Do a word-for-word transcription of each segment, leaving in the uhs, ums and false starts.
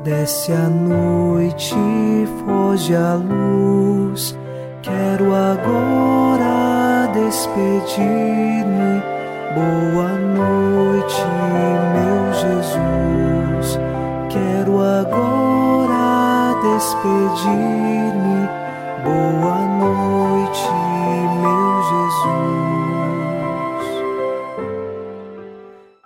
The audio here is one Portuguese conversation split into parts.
Desce a noite, foge a luz. Quero agora despedir-me. Boa noite, meu Jesus. Quero agora despedir-me. Boa noite, meu Jesus.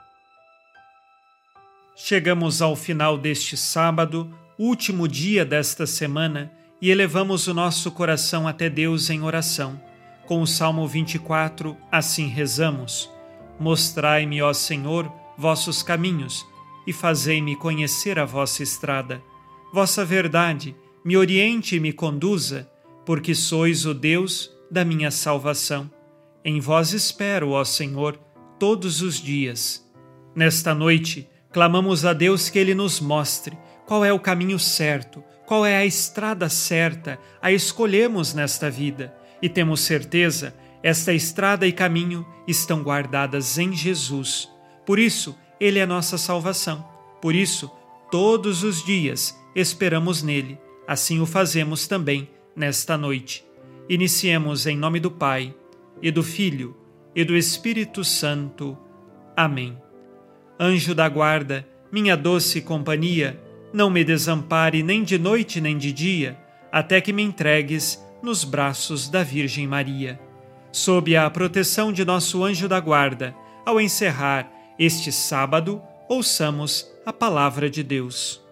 Chegamos ao final deste sábado, último dia desta semana, e elevamos o nosso coração até Deus em oração. Com o Salmo vinte e quatro, assim rezamos: Mostrai-me, ó Senhor, vossos caminhos, e fazei-me conhecer a vossa estrada. Vossa verdade me oriente e me conduza, porque sois o Deus da minha salvação. Em vós espero, ó Senhor, todos os dias. Nesta noite, clamamos a Deus que Ele nos mostre qual é o caminho certo, qual é a estrada certa a escolhermos nesta vida. E temos certeza, esta estrada e caminho estão guardadas em Jesus. Por isso, Ele é nossa salvação. Por isso, todos os dias esperamos nele. Assim o fazemos também nesta noite. Iniciemos em nome do Pai, e do Filho, e do Espírito Santo. Amém. Anjo da guarda, minha doce companhia, não me desampare nem de noite nem de dia, até que me entregues nos braços da Virgem Maria. Sob a proteção de nosso anjo da guarda, ao encerrar este sábado, ouçamos a palavra de Deus.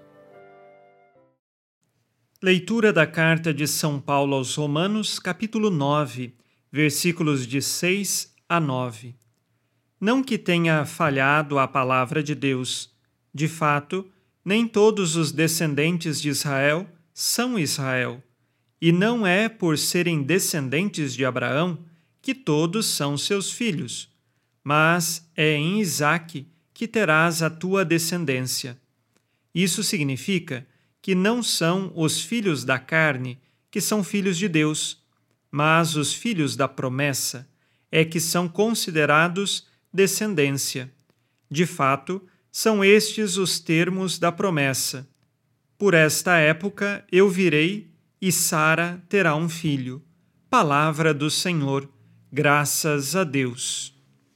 Leitura da carta de São Paulo aos Romanos, capítulo nove, versículos de seis a nove. Não que tenha falhado a palavra de Deus. De fato, nem todos os descendentes de Israel são Israel. E não é por serem descendentes de Abraão que todos são seus filhos, mas é em Isaque que terás a tua descendência. Isso significa que não são os filhos da carne que são filhos de Deus, mas os filhos da promessa é que são considerados descendência. De fato, são estes os termos da promessa. Por esta época eu virei e Sara terá um filho. Palavra do Senhor, graças a Deus.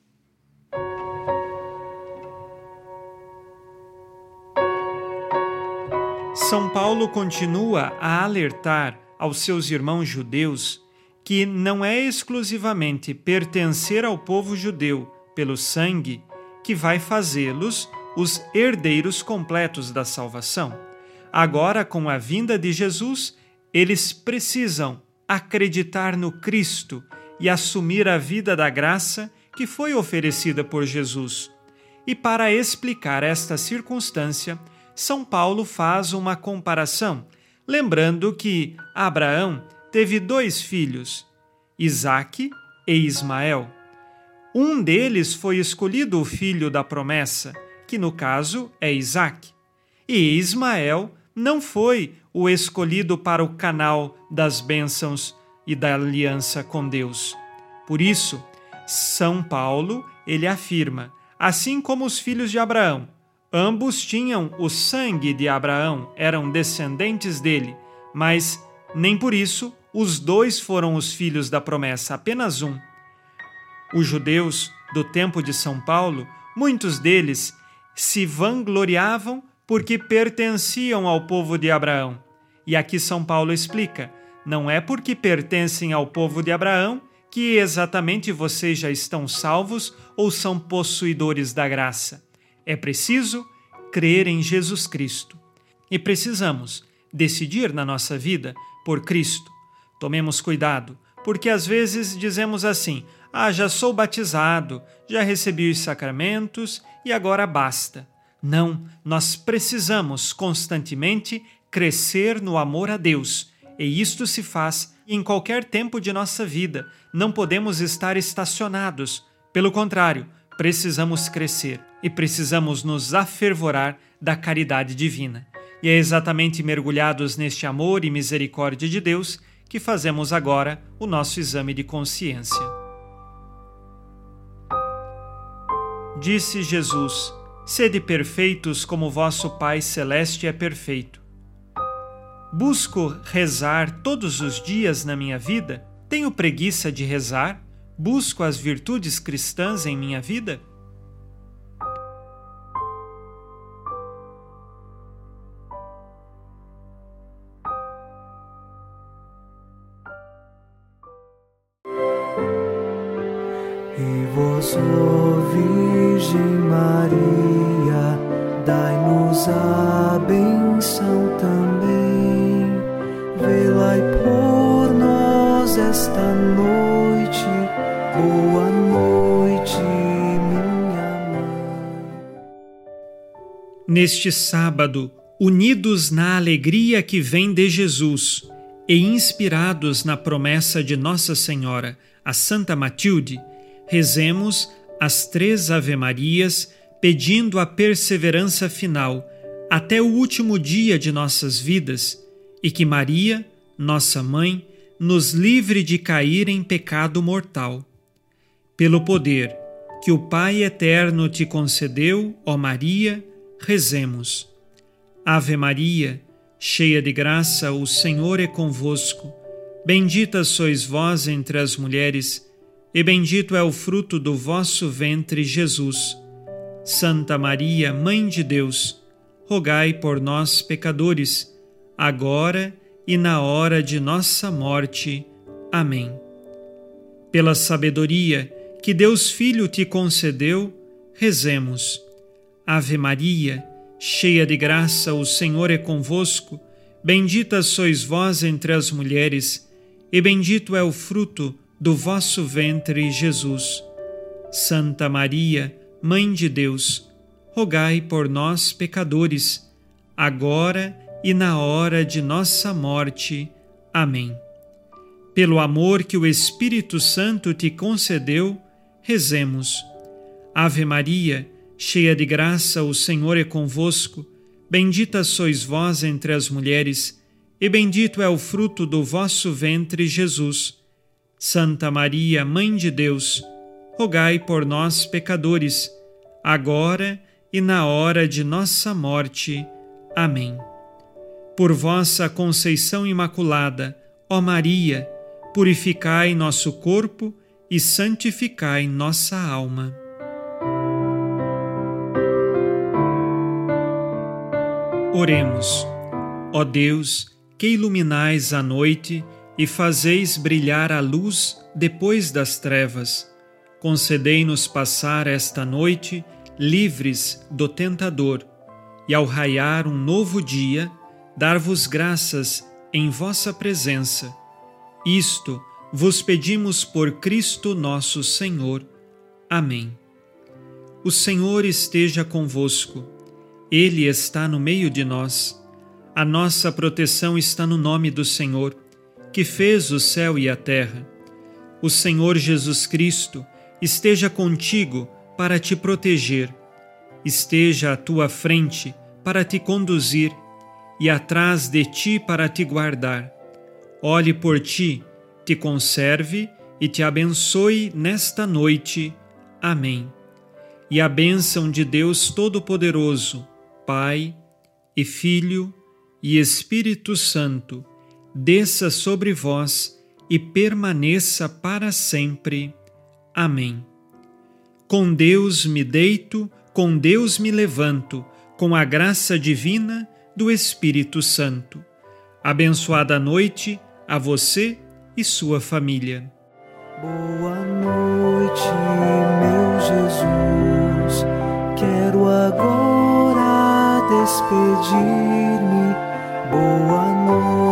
São Paulo continua a alertar aos seus irmãos judeus que não é exclusivamente pertencer ao povo judeu pelo sangue que vai fazê-los os herdeiros completos da salvação. Agora, com a vinda de Jesus, eles precisam acreditar no Cristo e assumir a vida da graça que foi oferecida por Jesus. E para explicar esta circunstância, São Paulo faz uma comparação, lembrando que Abraão teve dois filhos, Isaque e Ismael. Um deles foi escolhido o filho da promessa, que no caso é Isaque, e Ismael não foi o escolhido para o canal das bênçãos e da aliança com Deus. Por isso, São Paulo, ele afirma, assim como os filhos de Abraão, ambos tinham o sangue de Abraão, eram descendentes dele, mas nem por isso os dois foram os filhos da promessa, apenas um. Os judeus do tempo de São Paulo, muitos deles se vangloriavam porque pertenciam ao povo de Abraão. E aqui São Paulo explica, não é porque pertencem ao povo de Abraão que exatamente vocês já estão salvos ou são possuidores da graça. É preciso crer em Jesus Cristo. E precisamos decidir na nossa vida por Cristo. Tomemos cuidado, porque às vezes dizemos assim, ah, já sou batizado, já recebi os sacramentos e agora basta. Não, nós precisamos constantemente crescer no amor a Deus. E isto se faz em qualquer tempo de nossa vida. Não podemos estar estacionados. Pelo contrário, precisamos crescer e precisamos nos afervorar da caridade divina. E é exatamente mergulhados neste amor e misericórdia de Deus que fazemos agora o nosso exame de consciência. Disse Jesus, Sede perfeitos como vosso Pai Celeste é perfeito. Busco rezar todos os dias na minha vida? Tenho preguiça de rezar? Busco as virtudes cristãs em minha vida? E vós, ó Virgem Maria, dai-nos a benção também. Velai por nós esta noite, boa noite, minha mãe. Neste sábado, unidos na alegria que vem de Jesus e inspirados na promessa de Nossa Senhora, a Santa Matilde, rezemos as três Ave-Marias pedindo a perseverança final até o último dia de nossas vidas e que Maria, nossa Mãe, nos livre de cair em pecado mortal. Pelo poder que o Pai Eterno te concedeu, ó Maria, rezemos. Ave Maria, cheia de graça, o Senhor é convosco. Bendita sois vós entre as mulheres, e bendito é o fruto do vosso ventre, Jesus. Santa Maria, Mãe de Deus, rogai por nós, pecadores, agora e na hora de nossa morte. Amém. Pela sabedoria que Deus Filho te concedeu, rezemos. Ave Maria, cheia de graça, o Senhor é convosco. Bendita sois vós entre as mulheres, e bendito é o fruto do vosso ventre, Jesus. Santa Maria, Mãe de Deus, rogai por nós, pecadores, agora e na hora de nossa morte. Amém. Pelo amor que o Espírito Santo te concedeu, rezemos. Ave Maria, cheia de graça, o Senhor é convosco. Bendita sois vós entre as mulheres, e bendito é o fruto do vosso ventre, Jesus. Santa Maria, Mãe de Deus, rogai por nós, pecadores, agora e na hora de nossa morte. Amém. Por vossa conceição imaculada, ó Maria, purificai nosso corpo e santificai nossa alma. Oremos. Ó Deus, que iluminais a noite e fazeis brilhar a luz depois das trevas, concedei-nos passar esta noite livres do tentador e, ao raiar um novo dia, dar-vos graças em vossa presença. Isto vos pedimos por Cristo nosso Senhor. Amém. O Senhor esteja convosco. Ele está no meio de nós. A nossa proteção está no nome do Senhor, que fez o céu e a terra. O Senhor Jesus Cristo esteja contigo para te proteger, esteja à tua frente para te conduzir e atrás de ti para te guardar. Olhe por ti, te conserve e te abençoe nesta noite. Amém. E a bênção de Deus Todo-Poderoso, Pai e Filho e Espírito Santo, desça sobre vós e permaneça para sempre. Amém. Com Deus me deito, com Deus me levanto, com a graça divina do Espírito Santo. Abençoada noite a você e sua família. Boa noite, meu Jesus. Quero agora despedir-me. Boa noite.